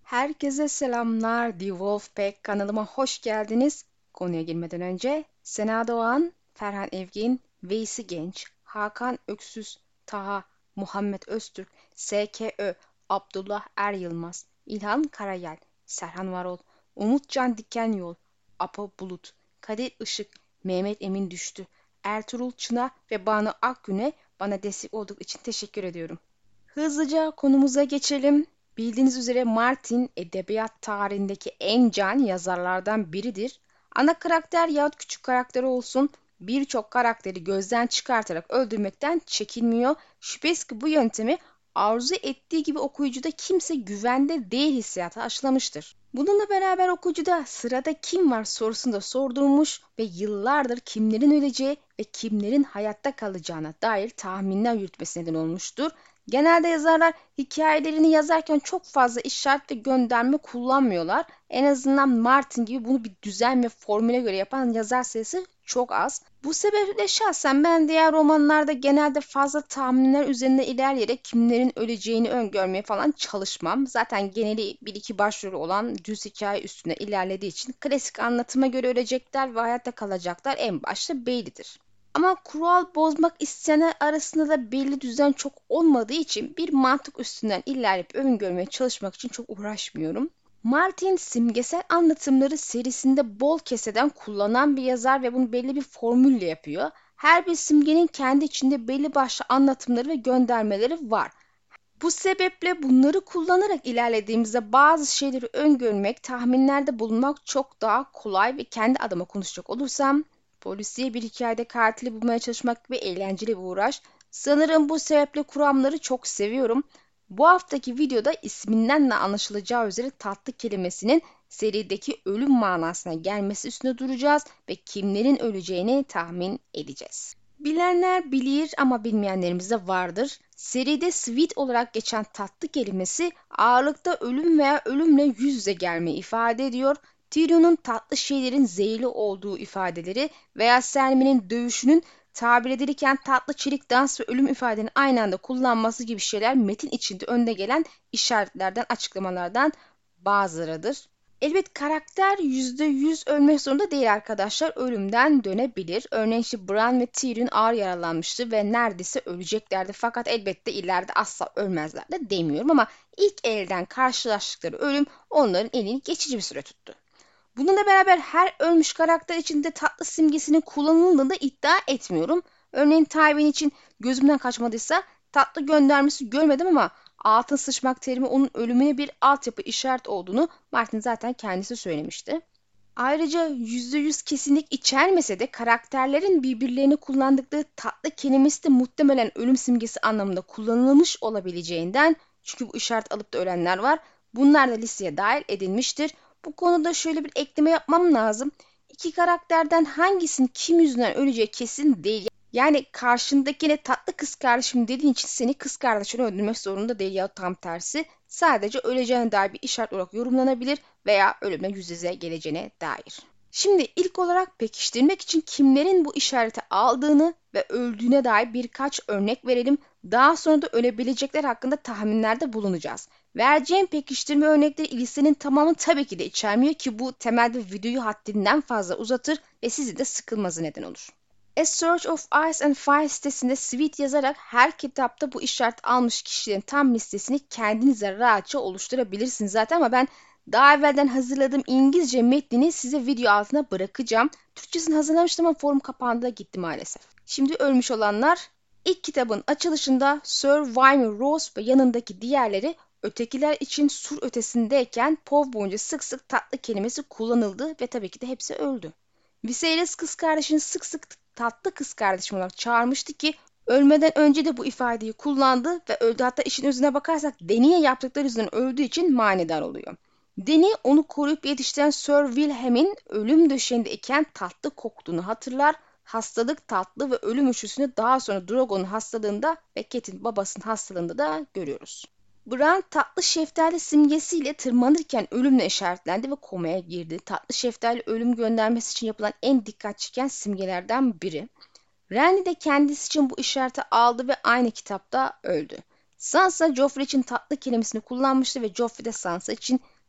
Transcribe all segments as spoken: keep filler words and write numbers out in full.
Herkese selamlar. The Wolfpack kanalıma hoş geldiniz. Konuya girmeden önce Sena Doğan, Ferhan Evgin, Veysi Genç, Hakan Öksüz, Taha, Muhammed Öztürk, S K Ö, Abdullah Er Yılmaz, İlhan Karayel, Serhan Varol, Umutcan Dikenyol, Apo Bulut, Kadir Işık, Mehmet Emin Düştü, Ertuğrul Çınar ve Banu Akgün'e bana destek olduk için teşekkür ediyorum. Hızlıca konumuza geçelim. Bildiğiniz üzere Martin edebiyat tarihindeki en can yazarlardan biridir. Ana karakter yahut küçük karakter olsun birçok karakteri gözden çıkartarak öldürmekten çekinmiyor. Şüphesiz ki bu yöntemi arzu ettiği gibi okuyucuda kimse güvende değil hissiyatı aşılamıştır. Bununla beraber okuyucuda sırada kim var sorusunu da sordurmuş ve yıllardır kimlerin öleceği ve kimlerin hayatta kalacağına dair tahminler yürütmesi neden olmuştur. Genelde yazarlar hikayelerini yazarken çok fazla işaret ve gönderme kullanmıyorlar. En azından Martin gibi bunu bir düzen ve formüle göre yapan yazar sayısı çok az. Bu sebeple şahsen ben diğer romanlarda genelde fazla tahminler üzerinde ilerleyerek kimlerin öleceğini öngörmeye falan çalışmam. Zaten geneli bir iki başrolü olan düz hikaye üstüne ilerlediği için klasik anlatıma göre ölecekler ve hayatta kalacaklar en başta bellidir. Ama kural bozmak isteyenler arasında da belli düzen çok olmadığı için bir mantık üstünden ilerleyip öngörmeye çalışmak için çok uğraşmıyorum. Martin simgesel anlatımları serisinde bol keseden kullanan bir yazar ve bunu belli bir formülle yapıyor. Her bir simgenin kendi içinde belli başlı anlatımları ve göndermeleri var. Bu sebeple bunları kullanarak ilerlediğimizde bazı şeyleri öngörmek, tahminlerde bulunmak çok daha kolay ve kendi adıma konuşacak olursam polisiye bir hikayede katili bulmaya çalışmak gibi eğlenceli bir uğraş. Sanırım bu sebeple kuramları çok seviyorum. Bu haftaki videoda isminden de anlaşılacağı üzere tatlı kelimesinin serideki ölüm manasına gelmesi üstüne duracağız ve kimlerin öleceğini tahmin edeceğiz. Bilenler bilir ama bilmeyenlerimiz de vardır. Seride sweet olarak geçen tatlı kelimesi ağırlıkta ölüm veya ölümle yüz yüze gelmeyi ifade ediyor. Tyrion'un tatlı şeylerin zehirli olduğu ifadeleri veya Selmy'nin dövüşünün tabir edilirken tatlı çelik dans ve ölüm ifadelerini aynı anda kullanması gibi şeyler metin içinde önde gelen işaretlerden, açıklamalardan bazılarıdır. Elbet karakter yüzde yüz ölmek zorunda değil arkadaşlar. Ölümden dönebilir. Örneğin işte Bran ve Tyrion ağır yaralanmıştı ve neredeyse öleceklerdi. Fakat elbette ileride asla ölmezler de demiyorum ama ilk elden karşılaştıkları ölüm onların elini geçici bir süre tuttu. Bununla beraber her ölmüş karakter içinde tatlı simgesinin kullanıldığını da iddia etmiyorum. Örneğin Tywin için gözümden kaçmadıysa tatlı göndermesi görmedim ama altın sıçmak terimi onun ölümüne bir altyapı işaret olduğunu Martin zaten kendisi söylemişti. Ayrıca yüzde yüz kesinlik içermese de karakterlerin birbirlerini kullandıkları tatlı kelimesi de muhtemelen ölüm simgesi anlamında kullanılmış olabileceğinden, çünkü bu işaret alıp da ölenler var. Bunlar da listeye dahil edilmiştir. Bu konuda şöyle bir ekleme yapmam lazım. İki karakterden hangisinin kim yüzünden öleceği kesin değil. Yani karşındakine tatlı kız kardeşim dediğin için seni kız kardeşini öldürmek zorunda değil ya tam tersi. Sadece öleceğine dair bir işaret olarak yorumlanabilir veya ölümle yüz yüze geleceğine dair. Şimdi ilk olarak pekiştirmek için kimlerin bu işareti aldığını ve öldüğüne dair birkaç örnek verelim. Daha sonra da ölebilecekler hakkında tahminlerde bulunacağız. Vereceğim pekiştirme örnekleri listenin tamamını tabii ki de içermiyor ki bu temelde videoyu haddinden fazla uzatır ve sizi de sıkılmanıza neden olur. A Search of Ice and Fire sitesinde Sweet yazarak her kitapta bu işaret almış kişilerin tam listesini kendinize rahatça oluşturabilirsiniz zaten ama ben daha evvelden hazırladığım İngilizce metnini size video altına bırakacağım. Türkçesini hazırlamıştım ama forum kapağında gitti maalesef. Şimdi ölmüş olanlar ilk kitabın açılışında Sir Wymer Rose ve yanındaki diğerleri ötekiler için sur ötesindeyken Pov boyunca sık sık tatlı kelimesi kullanıldı ve tabii ki de hepsi öldü. Viserys kız kardeşini sık sık tatlı kız kardeşim olarak çağırmıştı ki ölmeden önce de bu ifadeyi kullandı ve öldü. Hatta işin özüne bakarsak Dany'e yaptıkları yüzünden öldüğü için manidar oluyor. Dany onu koruyup yetiştiren Sir Wilhelm'in ölüm döşeğindeyken tatlı koktuğunu hatırlar. Hastalık, tatlı ve ölüm üşüsünü daha sonra Drogo'nun hastalığında ve Catelyn babasının hastalığında da görüyoruz. Bran tatlı şeftali simgesiyle tırmanırken ölümle işaretlendi ve komaya girdi. Tatlı şeftali ölüm göndermesi için yapılan en dikkat çeken simgelerden biri. Renly de kendisi için bu işareti aldı ve aynı kitapta öldü. Sansa Joffrey için tatlı kelimesini kullanmıştı ve Joffrey de Sansa için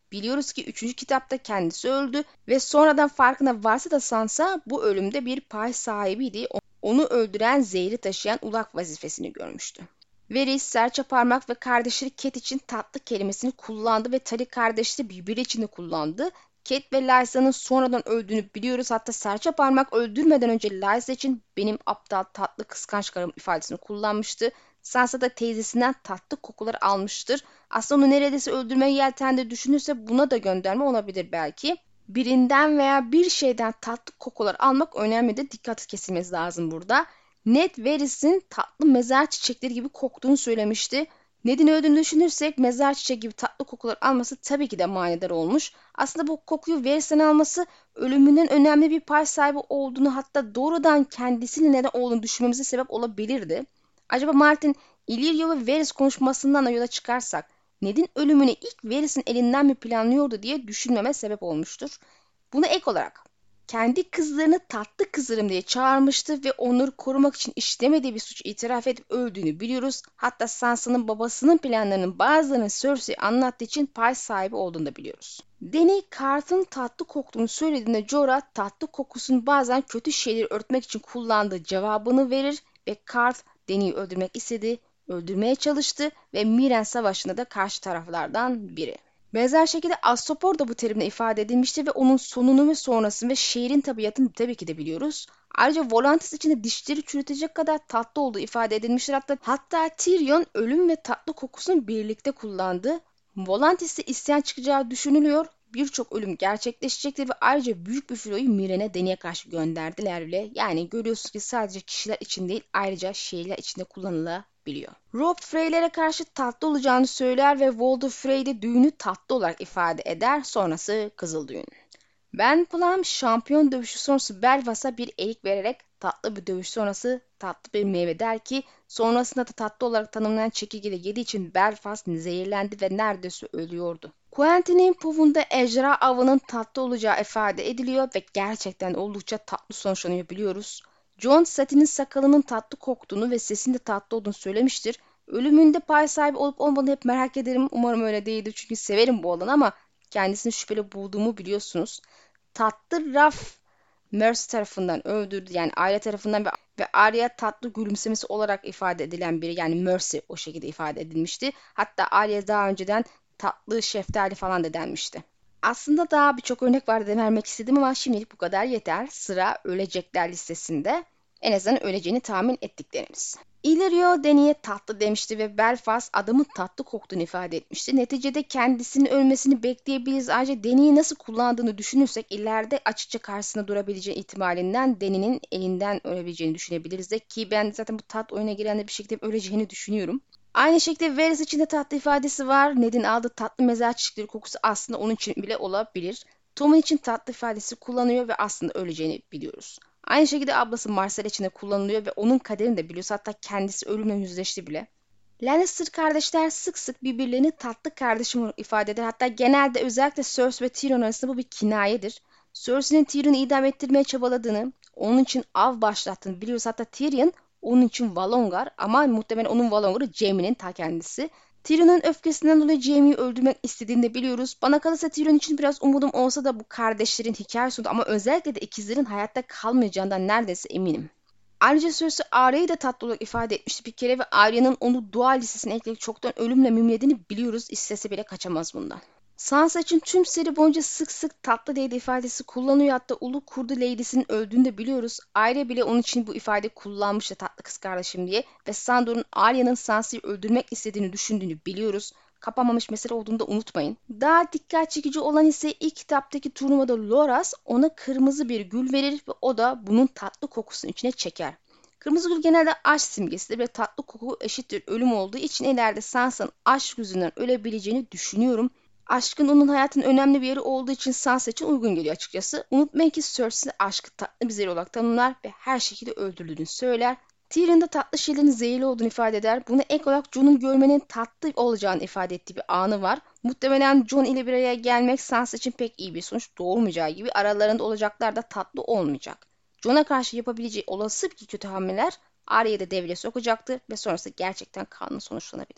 Biliyoruz ki üçüncü kitapta kendisi öldü ve sonradan farkına varsa da Sansa bu ölümde bir pay sahibiydi. Onu öldüren zehri taşıyan ulak vazifesini görmüştü. Varys, serçe parmak ve kardeşleri Cat için tatlı kelimesini kullandı ve Tully kardeşleri birbiri için de kullandı. Cat ve Lysa'nın sonradan öldüğünü biliyoruz. Hatta serçe parmak öldürmeden önce Lysa için benim aptal tatlı kıskanç karım ifadesini kullanmıştı. Sansa da teyzesinden tatlı kokular almıştır. Aslında onu neredeyse öldürmeye yeltendiği düşünürse buna da gönderme olabilir belki. Birinden veya bir şeyden tatlı kokular almak önemli de dikkat kesilmesi lazım burada. Ned Varys'in tatlı mezar çiçekleri gibi koktuğunu söylemişti. Ned'in öldüğünü düşünürsek mezar çiçeği gibi tatlı kokular alması tabii ki de manidar olmuş. Aslında bu kokuyu Varys'ten alması ölümünün önemli bir pay sahibi olduğunu, hatta doğrudan kendisinin neden olduğunu düşünmemize sebep olabilirdi. Acaba Martin, Illyrio ve Varys konuşmasından da yola çıkarsak Ned'in ölümünü ilk Varys'in elinden mi planlıyordu diye düşünmeme sebep olmuştur. Buna ek olarak kendi kızlarını tatlı kızlarım diye çağırmıştı ve onları korumak için işlemediği bir suç itiraf edip öldüğünü biliyoruz. Hatta Sansa'nın babasının planlarının bazılarını Cersei'ye anlattığı için pay sahibi olduğunu da biliyoruz. Dany, Karth'ın tatlı koktuğunu söylediğinde Jorah tatlı kokusunu bazen kötü şeyleri örtmek için kullandığı cevabını verir ve Karth Dany'yi öldürmek istedi, öldürmeye çalıştı ve Miren Savaşı'nda da karşı taraflardan biri. Benzer şekilde Astapor da bu terimle ifade edilmiştir ve onun sonunu ve sonrasını ve şehrin tabiatını tabii ki de biliyoruz. Ayrıca Volantis içinde dişleri çürütecek kadar tatlı olduğu ifade edilmiştir. Hatta, hatta Tyrion ölüm ve tatlı kokusunu birlikte kullandı. Volantis'te isyan çıkacağı düşünülüyor. Birçok ölüm gerçekleşecektir ve ayrıca büyük bir filoyu Miren'e Dany'e karşı gönderdiler bile. Yani görüyorsunuz ki sadece kişiler için değil, ayrıca şehirler içinde kullanılabiliyor. Robb Frey'lere karşı tatlı olacağını söyler ve Walder Frey de düğünü tatlı olarak ifade eder. Sonrası kızıl düğün. Ben Plum şampiyon dövüşü sonrası Belfast'a bir erik vererek tatlı bir dövüş sonrası tatlı bir meyve der ki sonrasında da tatlı olarak tanımlanan çekirgeleri yediği için Belfast zehirlendi ve neredeyse ölüyordu. Quentin'in puvunda ejderha avının tatlı olacağı ifade ediliyor ve gerçekten oldukça tatlı sonuçlanıyor biliyoruz. Jon Sati'nin sakalının tatlı koktuğunu ve sesinin de tatlı olduğunu söylemiştir. Ölümünde pay sahibi olup olmadığını hep merak ederim. Umarım öyle değildir çünkü severim bu olanı ama kendisini şüpheli bulduğumu biliyorsunuz. Tatlı Raf Mercy tarafından öldürdü, yani aile tarafından ve, ve Arya tatlı gülümsemesi olarak ifade edilen biri, yani Mercy o şekilde ifade edilmişti. Hatta Arya daha önceden tatlı şeftali falan da denmişti. Aslında daha birçok örnek var da vermek istedim ama şimdilik bu kadar yeter. Sıra ölecekler listesinde. En azından öleceğini tahmin ettiklerimiz. Illyrio Dany'ye tatlı demişti ve Belfast adamın tatlı koktuğunu ifade etmişti. Neticede kendisinin ölmesini bekleyebiliriz. Ayrıca Dany'yi nasıl kullandığını düşünürsek ileride açıkça karşısında durabileceği ihtimalinden Dany'nin elinden ölebileceğini düşünebiliriz de ki ben zaten bu tat oyuna girenle bir şekilde öleceğini düşünüyorum. Aynı şekilde Varys için de tatlı ifadesi var. Ned'in aldığı tatlı mezar çiçekleri kokusu aslında onun için bile olabilir. Tom'un için tatlı ifadesi kullanıyor ve aslında öleceğini biliyoruz. Aynı şekilde ablası Marcella için de kullanılıyor ve onun kaderini de biliyoruz. Hatta kendisi ölümle yüzleşti bile. Lannister kardeşler sık sık birbirlerini tatlı kardeşim ifade eder. Hatta genelde özellikle Cersei ve Tyrion arasında bu bir kinayedir. Cersei'nin Tyrion'u idam ettirmeye çabaladığını, onun için av başlattığını biliyoruz. Hatta Tyrion onun için Valongar ama muhtemelen onun Valongar'ı Jaime'nin ta kendisi. Tyrion'un öfkesinden dolayı Jaime'yi öldürmek istediğini de biliyoruz. Bana kalırsa Tyrion için biraz umudum olsa da bu kardeşlerin hikayesi oldu ama özellikle de ikizlerin hayatta kalmayacağından neredeyse eminim. Ayrıca Cersei Arya'yı da tatlı olarak ifade etmişti bir kere ve Arya'nın onu dua listesine ekleyip çoktan ölümle mümlediğini biliyoruz. İstese bile kaçamaz bundan. Sansa için tüm seri boyunca sık sık tatlı lady ifadesi kullanıyor. Hatta Ulu Kurdu Lady'sinin öldüğünü de biliyoruz. Arya bile onun için bu ifade kullanmıştı tatlı kız kardeşim diye. Ve Sandor'un Arya'nın Sansa'yı öldürmek istediğini düşündüğünü biliyoruz. Kapanmamış mesele olduğunu da unutmayın. Daha dikkat çekici olan ise ilk kitaptaki turnuvada Loras ona kırmızı bir gül verir ve o da bunun tatlı kokusunu içine çeker. Kırmızı gül genelde aşk simgesidir ve tatlı koku eşittir ölüm olduğu için ileride Sansa'nın aşk yüzünden ölebileceğini düşünüyorum. Aşkın onun hayatının önemli bir yeri olduğu için Sansa için uygun geliyor açıkçası. Unutmayın ki Cersei aşkı tatlı bir zehir olarak tanımlar ve her şekilde öldürüldüğünü söyler. Tyrion da tatlı şeylerin zehirli olduğunu ifade eder. Buna ek olarak Jon'un görmenin tatlı olacağını ifade ettiği bir anı var. Muhtemelen Jon ile bir araya gelmek Sansa için pek iyi bir sonuç doğurmayacağı gibi aralarında olacaklar da tatlı olmayacak. Jon'a karşı yapabileceği olası bir kötü hamleler Arya'yı da devreye sokacaktır ve sonrası gerçekten kanlı sonuçlanabilir.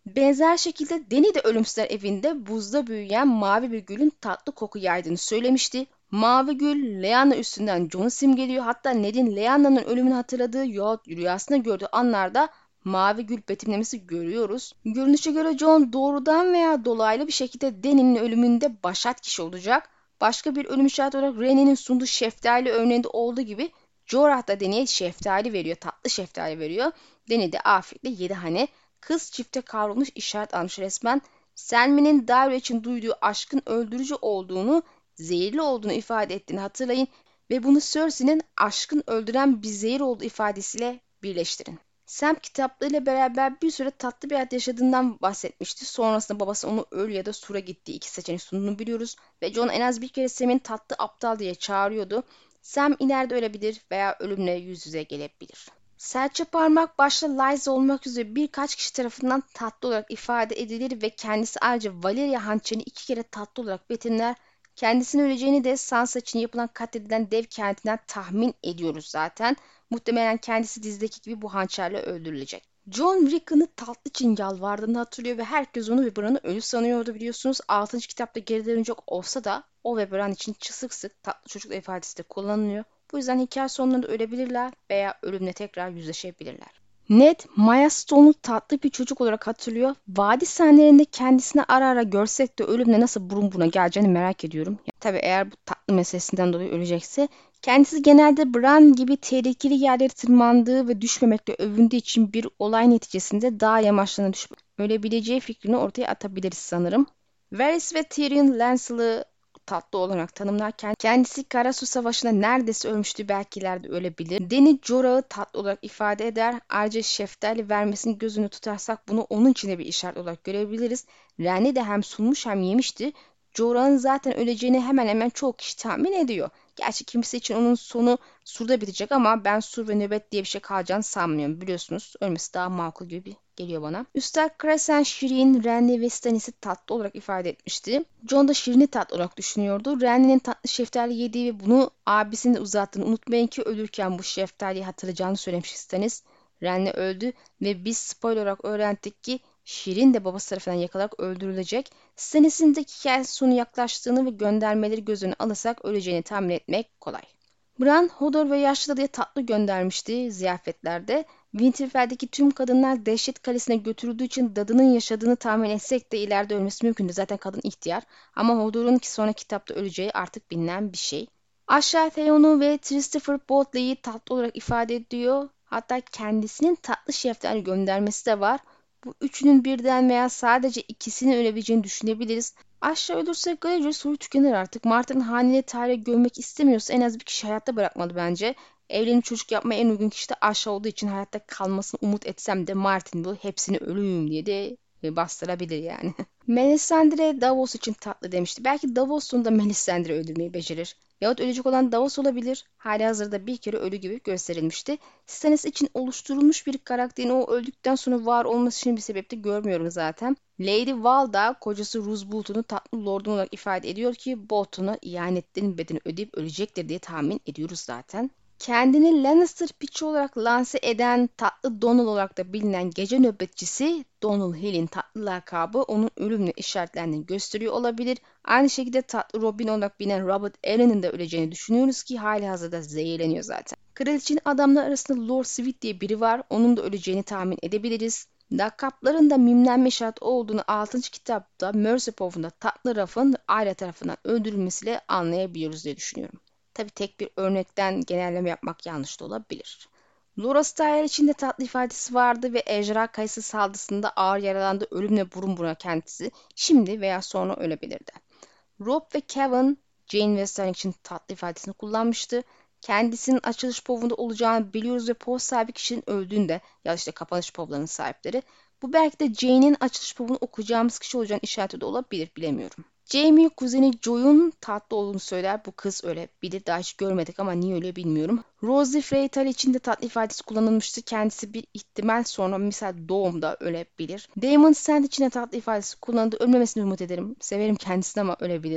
Benzer şekilde Danny de Ölümsüzler Evi'nde buzda büyüyen mavi bir gülün tatlı koku yaydığını söylemişti. Mavi gül Lyanna üstünden Jon'u simgeliyor. Hatta Ned'in Lyanna'nın ölümünü hatırladığı yahut rüyasında gördüğü anlarda mavi gül betimlemesi görüyoruz. Görünüşe göre Jon doğrudan veya dolaylı bir şekilde Dany'nin ölümünde başat kişi olacak. Başka bir ölüm işareti olarak Rennie'nin sunduğu şeftali örneğinde olduğu gibi Jorah da Dany'ye şeftali veriyor. Tatlı şeftali veriyor. Dany de afiyetle yedi hani. Kız çifte kavrulmuş işaret almış resmen. Selmy'nin Dario için duyduğu aşkın öldürücü olduğunu, zehirli olduğunu ifade ettiğini hatırlayın ve bunu Cersei'nin aşkın öldüren bir zehir olduğu ifadesiyle birleştirin. Sam kitaplarıyla beraber bir süre tatlı bir hayat yaşadığından bahsetmişti. Sonrasında babası onu öl ya da sura gittiği iki seçenek sunduğunu biliyoruz. Ve Jon en az bir kere Sam'in tatlı aptal diye çağırıyordu. Sam ileride ölebilir veya ölümle yüz yüze gelebilir. Serçe parmak başta Lysa olmak üzere birkaç kişi tarafından tatlı olarak ifade edilir ve kendisi ayrıca Valyria hançerini iki kere tatlı olarak betimler. Kendisinin öleceğini de Sansa için yapılan katledilen dev kentinden tahmin ediyoruz zaten. Muhtemelen kendisi dizideki gibi bu hançerle öldürülecek. Jon Rickon'ı tatlı için yalvardığını hatırlıyor ve herkes onu ve Bran'ı ölü sanıyordu biliyorsunuz. altıncı kitapta geri dönecek olsa da o ve Bran için sık sık tatlı çocuk ifadesi de kullanılıyor. Bu yüzden hikaye sonlarında ölebilirler veya ölümle tekrar yüzleşebilirler. Ned, Maya Stone'u tatlı bir çocuk olarak hatırlıyor. Vadi sahnelerinde kendisini ara ara görsek de ölümle nasıl burun buruna geleceğini merak ediyorum. Ya, tabii eğer bu tatlı meselesinden dolayı ölecekse. Kendisi genelde Bran gibi tehlikeli yerlere tırmandığı ve düşmemekle övündüğü için bir olay neticesinde dağ yamaçlarına düşüp ölebileceği fikrini ortaya atabiliriz sanırım. Varys ve Tyrion Lancel'ı tatlı olarak tanımlarken kendisi Karasu Savaşı'nda neredeyse ölmüştü, belki ileride ölebilir. Dany Jorah'ı tatlı olarak ifade eder. Ayrıca şeftali vermesini gözünü tutarsak bunu onun için de bir işaret olarak görebiliriz. Rennie de hem sunmuş hem yemişti. Jorah'ın zaten öleceğini hemen hemen çoğu kişi tahmin ediyor. Gerçi kimse için onun sonu surda bitecek ama ben sur ve nöbet diye bir şey kalacağını sanmıyorum. Biliyorsunuz ölmesi daha makul gibi geliyor bana. Üstad Kresen Şirin, Renly ve Stannis'i tatlı olarak ifade etmişti. Jon da Şirin'i tatlı olarak düşünüyordu. Renly'nin tatlı şeftali yediği ve bunu abisine uzattığını unutmayın ki ölürken bu şeftaliyi hatırlayacağını söylemiş Stannis. Renly öldü ve biz spoiler olarak öğrendik ki Şirin de babası tarafından yakalarak öldürülecek. Stannis'in de hikayesi sonu yaklaştığını ve göndermeleri göz önüne alırsak öleceğini tahmin etmek kolay. Bran, Hodor ve yaşlı dadıya tatlı göndermişti ziyafetlerde. Winterfell'deki tüm kadınlar dehşet kalesine götürüldüğü için dadının yaşadığını tahmin etsek de ileride ölmesi mümkündü. Zaten kadın ihtiyar. Ama Hodor'un ki sonra kitapta öleceği artık bilinen bir şey. Aşağı Theon'u ve Christopher Boltley'i tatlı olarak ifade ediyor. Hatta kendisinin tatlı şeftali göndermesi de var. Bu üçünün birden veya sadece ikisinin ölebileceğini düşünebiliriz. Aşağı ölürse Galadriel soyu tükenir artık. Marta'nın haneli tarihe gömmek istemiyorsa en az bir kişi hayatta bırakmalı bence. Evlenip çocuk yapmaya en uygun kişi de Aşağı olduğu için hayatta kalmasını umut etsem de Martin bu hepsini ölüyüm diye de bastırabilir yani. Melisandre Davos için tatlı demişti. Belki Davos'un da Melisandre öldürmeyi becerir. Yahut ölecek olan Davos olabilir. Halihazırda bir kere ölü gibi gösterilmişti. Stannis için oluşturulmuş bir karakterin o öldükten sonra var olması için bir sebep de görmüyorum zaten. Lady Val da kocası Roose Bolton'u tatlı lordun olarak ifade ediyor ki Bolton'a ihanetlerin bedelini ödeyip ölecektir diye tahmin ediyoruz zaten. Kendini Lannister piçi olarak lanse eden tatlı Donald olarak da bilinen gece nöbetçisi Donald Hill'in tatlı lakabı onun ölümle işaretlendiğini gösteriyor olabilir. Aynı şekilde tatlı Robin olarak bilinen Robert Arryn'in de öleceğini düşünüyoruz ki halihazırda zehirleniyor zaten. Kraliçenin adamları arasında Lord Sweet diye biri var. Onun da öleceğini tahmin edebiliriz. Lakapların da mimlenme şart olduğunu altıncı kitapta Mercy-Pov'un da tatlı rafın aile tarafından öldürülmesiyle anlayabiliyoruz diye düşünüyorum. Tabi tek bir örnekten genelleme yapmak yanlış da olabilir. Loras Tyrell için de tatlı ifadesi vardı ve ejderha kayısı saldırısında ağır yaralandı, ölümle burun buruna kendisi şimdi veya sonra ölebilirdi. Robb ve Kevin, Jane ve Stannis için tatlı ifadesini kullanmıştı. Kendisinin açılış povunda olacağını biliyoruz ve pov sahibi kişinin öldüğünde ya işte kapanış povlarının sahipleri. Bu belki de Jane'in açılış povunu okuyacağımız kişi olacağını işareti de olabilir, bilemiyorum. Jaime kuzeni Joy'un tatlı olduğunu söyler. Bu kız ölebilir. Daha hiç görmedik ama niye öyle bilmiyorum. Rosie Freytale için de tatlı ifadesi kullanılmıştı. Kendisi bir ihtimal sonra misal doğumda ölebilir. Daemon Sand için de tatlı ifadesi kullanıldı. Ölmemesini umut ederim. Severim kendisini ama ölebilir.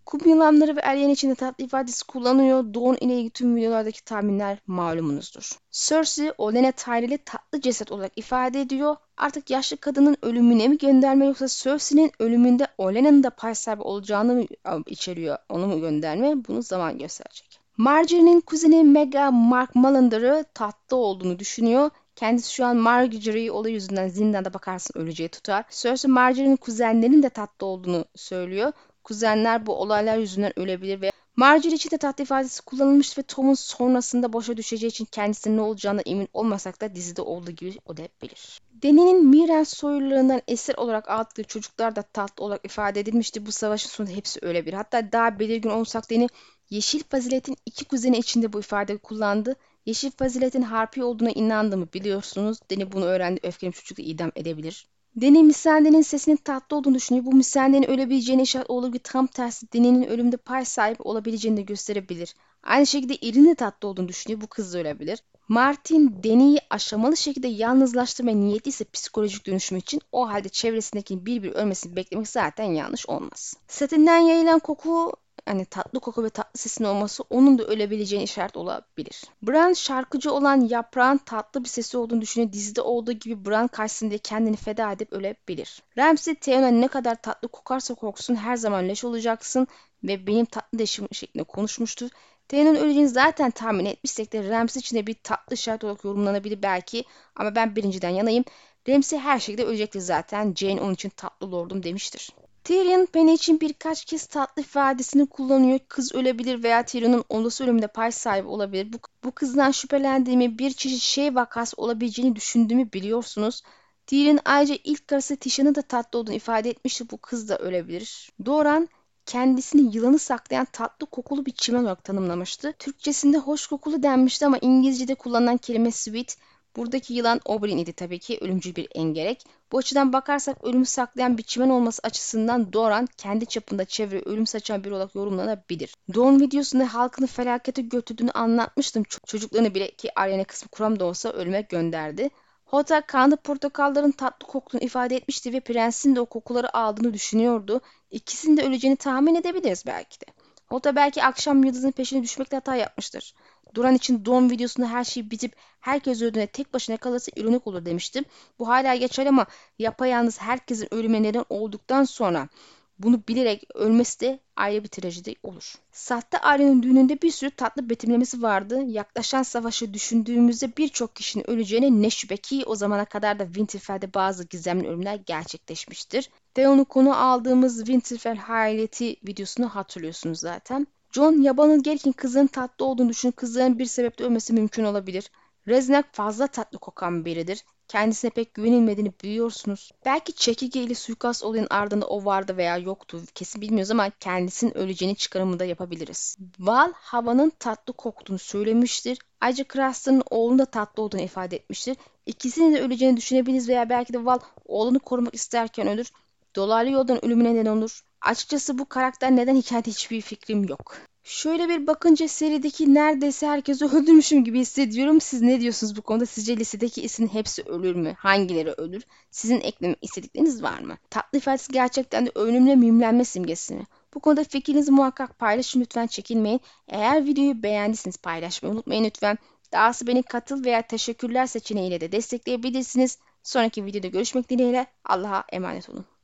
Kum yılanları ve eryen içinde tatlı ifadesi kullanıyor. Dawn ile ilgili tüm videolardaki tahminler malumunuzdur. Cersei, Olenna Tyrell'i tatlı ceset olarak ifade ediyor. Artık yaşlı kadının ölümüne mi gönderme yoksa Cersei'nin ölümünde Olenna'nın da pay sahibi olacağını mı içeriyor? Onu mu gönderme? Bunu zaman gösterecek. Marjorie'nin kuzeni Megha Mark Mullender'ı tatlı olduğunu düşünüyor. Kendisi şu an Marjorie olayı yüzünden zindanda bakarsın öleceği tutar. Cersei Marjorie'nin kuzenlerinin de tatlı olduğunu söylüyor. Kuzenler bu olaylar yüzünden ölebilir ve Marjorie için de tatlı ifadesi kullanılmış ve Tom'un sonrasında boşa düşeceği için kendisinin ne olacağına emin olmasak da dizide olduğu gibi olabilir. Dany'nin Miren soylularından eser olarak aldığı çocuklar da tatlı olarak ifade edilmişti. Bu savaşın sonunda hepsi ölebilir. Hatta daha belirgin olsak Dany Yeşil Fazilet'in iki kuzeni içinde bu ifadeyi kullandı. Yeşil Fazilet'in Harpy olduğuna inandığımı biliyorsunuz. Dany bunu öğrendi. Öfkeli çocukla idam edebilir. Dany Missandei'nin sesinin tatlı olduğunu düşünüyor. Bu Missandei'nin ölebileceğine işaret olduğu gibi tam tersi Dany'nin ölümde pay sahibi olabileceğini de gösterebilir. Aynı şekilde Irene de tatlı olduğunu düşünüyor. Bu kız da ölebilir. Martin Dany'yi aşamalı şekilde yalnızlaştırmaya niyetli ise psikolojik dönüşüm için o halde çevresindekinin bir bir ölmesini beklemek zaten yanlış olmaz. Setinden yayılan koku hani tatlı koku ve tatlı sesin olması onun da ölebileceğine işaret olabilir. Bran şarkıcı olan Yaprağın tatlı bir sesi olduğunu düşünüyor. Dizide olduğu gibi Bran karşısında kendini feda edip ölebilir. Ramsay Theon'a ne kadar tatlı kokarsa koksun her zaman leş olacaksın ve benim tatlı leşim şeklinde konuşmuştu. Theon'un öleceğini zaten tahmin etmişsek de Ramsay için de bir tatlı işaret olarak yorumlanabilir belki ama ben birinciden yanayım. Ramsay her şekilde ölecektir zaten. Jane onun için tatlı lordum demiştir. Tyrion Penny için birkaç kez tatlı ifadesini kullanıyor. Kız ölebilir veya Tyrion'un olası ölümünde pay sahibi olabilir. Bu, bu kızdan şüphelendiğimi, bir çeşit şey vakası olabileceğini düşündüğümü biliyorsunuz. Tyrion ayrıca ilk karısı Tyshane'ın da tatlı olduğunu ifade etmişti. Bu kız da ölebilir. Doran kendisini yılanı saklayan tatlı kokulu bir çimen olarak tanımlamıştı. Türkçesinde hoş kokulu denmişti ama İngilizce'de kullanılan kelime sweet. Buradaki yılan Oberyn idi tabii ki, ölümcül bir engerek. Bu açıdan bakarsak ölümü saklayan bir çimen olması açısından Doran kendi çapında çevreye ölüm saçan biri olarak yorumlanabilir. Dawn videosunda halkını felakete götürdüğünü anlatmıştım. Çocuklarını bile ki Arya'nın kısmı kuram da olsa ölüme gönderdi. Hota kanlı portakalların tatlı koktuğunu ifade etmişti ve prensin de o kokuları aldığını düşünüyordu. İkisinin de öleceğini tahmin edebiliriz belki de. Hota belki akşam yıldızın peşine düşmekte hata yapmıştır. Duran için doğum videosunda her şey bitip herkes öldüğünde tek başına kalırsa ironik olur demiştim. Bu hala geçer ama yapayalnız herkesin ölüme neden olduktan sonra bunu bilerek ölmesi de ayrı bir trajedi olur. Sahte Arya'nın düğününde bir sürü tatlı betimlemesi vardı. Yaklaşan savaşı düşündüğümüzde birçok kişinin öleceğine ne şüphe ki o zamana kadar da Winterfell'de bazı gizemli ölümler gerçekleşmiştir. Theon'u konu aldığımız Winterfell hayaleti videosunu hatırlıyorsunuz zaten. Jon yabanıl gelirken kızının tatlı olduğunu düşünüp kızların bir sebeple ölmesi mümkün olabilir. Reznak fazla tatlı kokan biridir. Kendisine pek güvenilmediğini biliyorsunuz. Belki çekirge ile suikast olayın ardında o vardı veya yoktu. Kesin bilmiyoruz ama kendisinin öleceğini çıkarımı da yapabiliriz. Val havanın tatlı koktuğunu söylemiştir. Ayrıca Craster'ın oğlunun da tatlı olduğunu ifade etmiştir. İkisinin de öleceğini düşünebiliriz veya belki de Val oğlunu korumak isterken ölür. Dolaylı yoldan ölümüne neden olur. Açıkçası bu karakter neden hikayede hiçbir fikrim yok. Şöyle bir bakınca serideki neredeyse herkesi öldürmüşüm gibi hissediyorum. Siz ne diyorsunuz bu konuda? Sizce listedeki isim hepsi ölür mü? Hangileri ölür? Sizin eklemek istedikleriniz var mı? Tatlı ifadesi gerçekten de ölümle mühimlenme simgesi mi? Bu konuda fikrinizi muhakkak paylaşın, lütfen çekinmeyin. Eğer videoyu beğendiyseniz paylaşmayı unutmayın lütfen. Dahası beni katıl veya teşekkürler seçeneğiyle de destekleyebilirsiniz. Sonraki videoda görüşmek dileğiyle. Allah'a emanet olun.